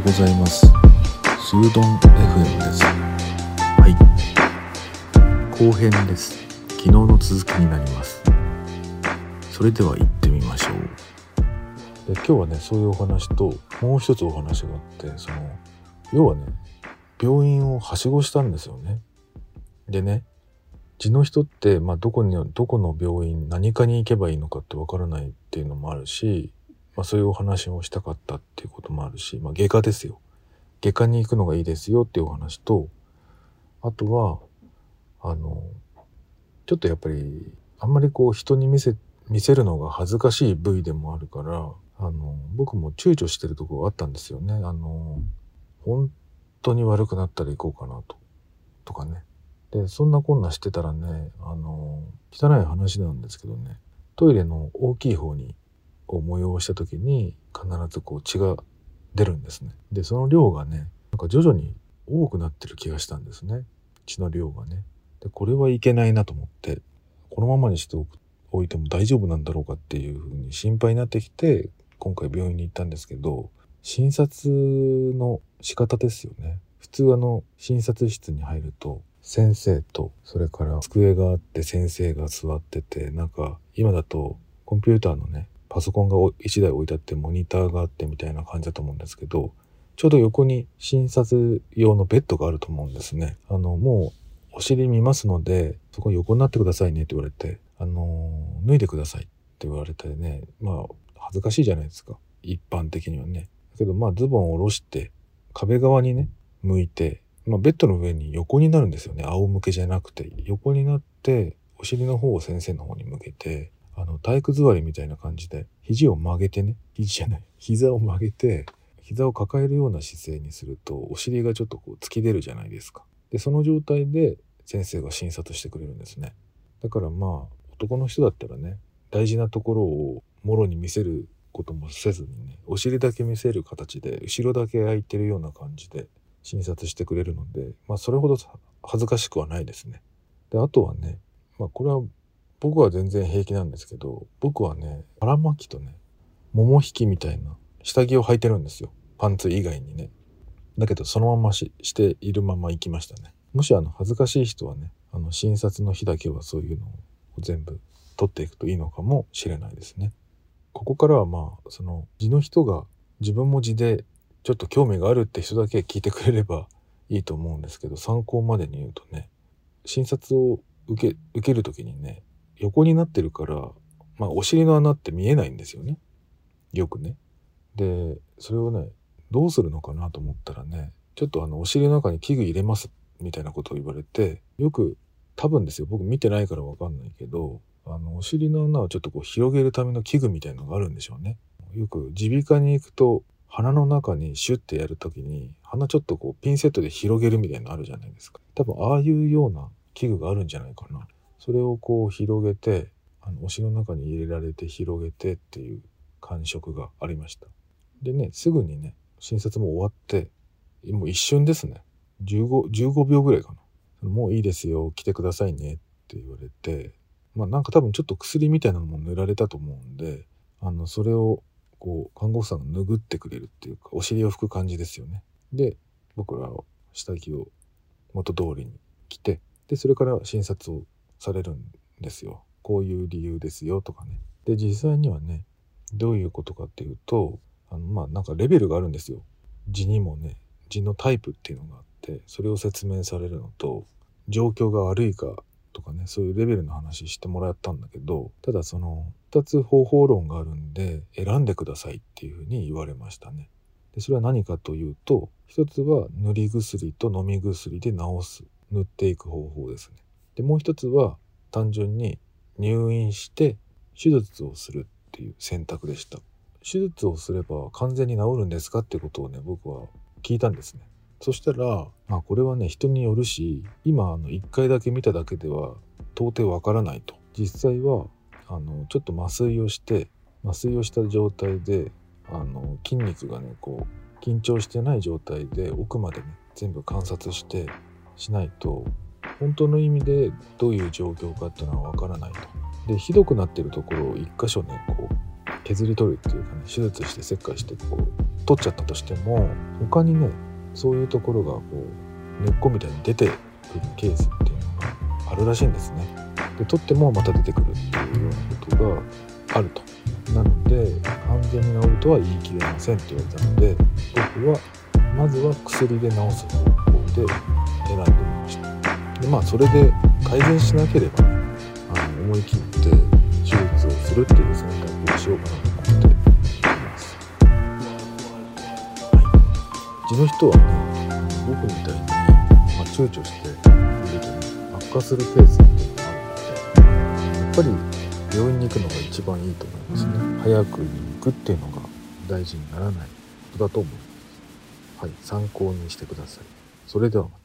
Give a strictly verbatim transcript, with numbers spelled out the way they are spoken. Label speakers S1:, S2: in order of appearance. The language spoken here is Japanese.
S1: ございます。スードン エフエム です。はい後編です。昨日の続きになります。それでは行ってみましょう。で今日はねそういうお話ともう一つお話があって、その要はね病院をはしごしたんですよね。でね地の人って、まあ、どこにどこの病院何かに行けばいいのかってわからないっていうのもあるし、まあ、そういうお話をしたかったっていうこともあるし、まあ、外科ですよ。外科に行くのがいいですよっていうお話と、あとはあのちょっとやっぱりあんまりこう人に見せ見せるのが恥ずかしい部位でもあるから、あの僕も躊躇してるところがあったんですよね。あの本当に悪くなったら行こうかなととかね。でそんなこんなしてたらね、あの汚い話なんですけどね、トイレの大きい方にを催した時に必ずこう血が出るんですね。でその量がねなんか徐々に多くなってる気がしたんですね、血の量がね。でこれはいけないなと思って、このままにしておいても大丈夫なんだろうかっていうふうに心配になってきて、今回病院に行ったんですけど、診察の仕方ですよね。普通あの診察室に入ると先生とそれから机があって先生が座ってて、なんか今だとコンピューターのねパソコンがいちだい置いてあってモニターがあってみたいな感じだと思うんですけど、ちょうど横に診察用のベッドがあると思うんですね。あのもうお尻見ますのでそこ横になってくださいねって言われて、あの脱いでくださいって言われてね、まあ恥ずかしいじゃないですか一般的にはね。だけどまあズボンを下ろして壁側にね向いて、まあ、ベッドの上に横になるんですよね。仰向けじゃなくて横になってお尻の方を先生の方に向けて、あの体育座りみたいな感じで肘を曲げてね、肘じゃない膝を曲げて膝を抱えるような姿勢にするとお尻がちょっとこう突き出るじゃないですか。でその状態で先生が診察してくれるんですね。だからまあ男の人だったらね大事なところをもろに見せることもせずにね、お尻だけ見せる形で後ろだけ空いてるような感じで診察してくれるので、まあそれほど恥ずかしくはないですね。であとはね、まあこれは僕は全然平気なんですけど、僕はね腹巻きとねもも引きみたいな下着を履いてるんですよ、パンツ以外にね。だけどそのまま し, しているまま行きましたね。もしあの恥ずかしい人はね、あの診察の日だけはそういうのを全部取っていくといいのかもしれないですね。ここからはまあその地の人が自分も地でちょっと興味があるって人だけ聞いてくれればいいと思うんですけど、参考までに言うとね、診察を受け受ける時にね横になってるから、まあお尻の穴って見えないんですよね、よくね。でそれをねどうするのかなと思ったらね、ちょっとあのお尻の中に器具入れますみたいなことを言われて、よく多分ですよ、僕見てないから分かんないけど、あのお尻の穴をちょっとこう広げるための器具みたいなのがあるんでしょうね。よく耳鼻科に行くと鼻の中にシュッてやるときに鼻ちょっとこうピンセットで広げるみたいなのあるじゃないですか。多分ああいうような器具があるんじゃないかな。それをこう広げて、あのお尻の中に入れられて広げてっていう感触がありました。でねすぐにね診察も終わって、もう一瞬ですね、じゅうご、じゅうごびょうぐらいかな、もういいですよ来てくださいねって言われて、まあなんか多分ちょっと薬みたいなのも塗られたと思うんで、あのそれをこう看護婦さんが拭ってくれるっていうか、お尻を拭く感じですよね。で僕らは下着を元通りに着て、でそれから診察をされるんですよ。こういう理由ですよとかね。で実際にはねどういうことかっていうと、あのまあなんかレベルがあるんですよ。痔にもね痔のタイプっていうのがあって、それを説明されるのと、状況が悪いかとかね、そういうレベルの話してもらったんだけど、ただそのふたつ方法論があるんで選んでくださいっていうふうに言われましたね。でそれは何かというと、一つは塗り薬と飲み薬で治す、塗っていく方法ですね。でもう一つは単純に入院して手術をするっていう選択でした。手術をすれば完全に治るんですかってことをね僕は聞いたんですね。そしたら、まあ、これはね人によるし、今あのいっかいだけ見ただけでは到底わからないと。実際はあのちょっと麻酔をして麻酔をした状態で、あの筋肉がねこう緊張してない状態で奥までね全部観察してしないと、本当の意味でどういう状況かっていうのはわからないと。でひどくなってるところを一箇所ねこう削り取るっていうかね、手術して切開してこう取っちゃったとしても、他にねそういうところがこう根っこみたいに出てくるケースっていうのがあるらしいんですね。で取ってもまた出てくるっていうようなことがあると。なので完全に治るとは言い切れませんって言われたので、僕はまずは薬で治す方法で選んでみました。でまあそれで改善しなければね、あの思い切って手術をするっていう選択をしようかなと思っています。はい、うちの人はね、僕みたいに、まあ、躊躇しているとね悪化するケースっていうのがあるので、やっぱり病院に行くのが一番いいと思いますね。早くに行くっていうのが大事にならないことだと思います。はい、参考にしてください。それではまた。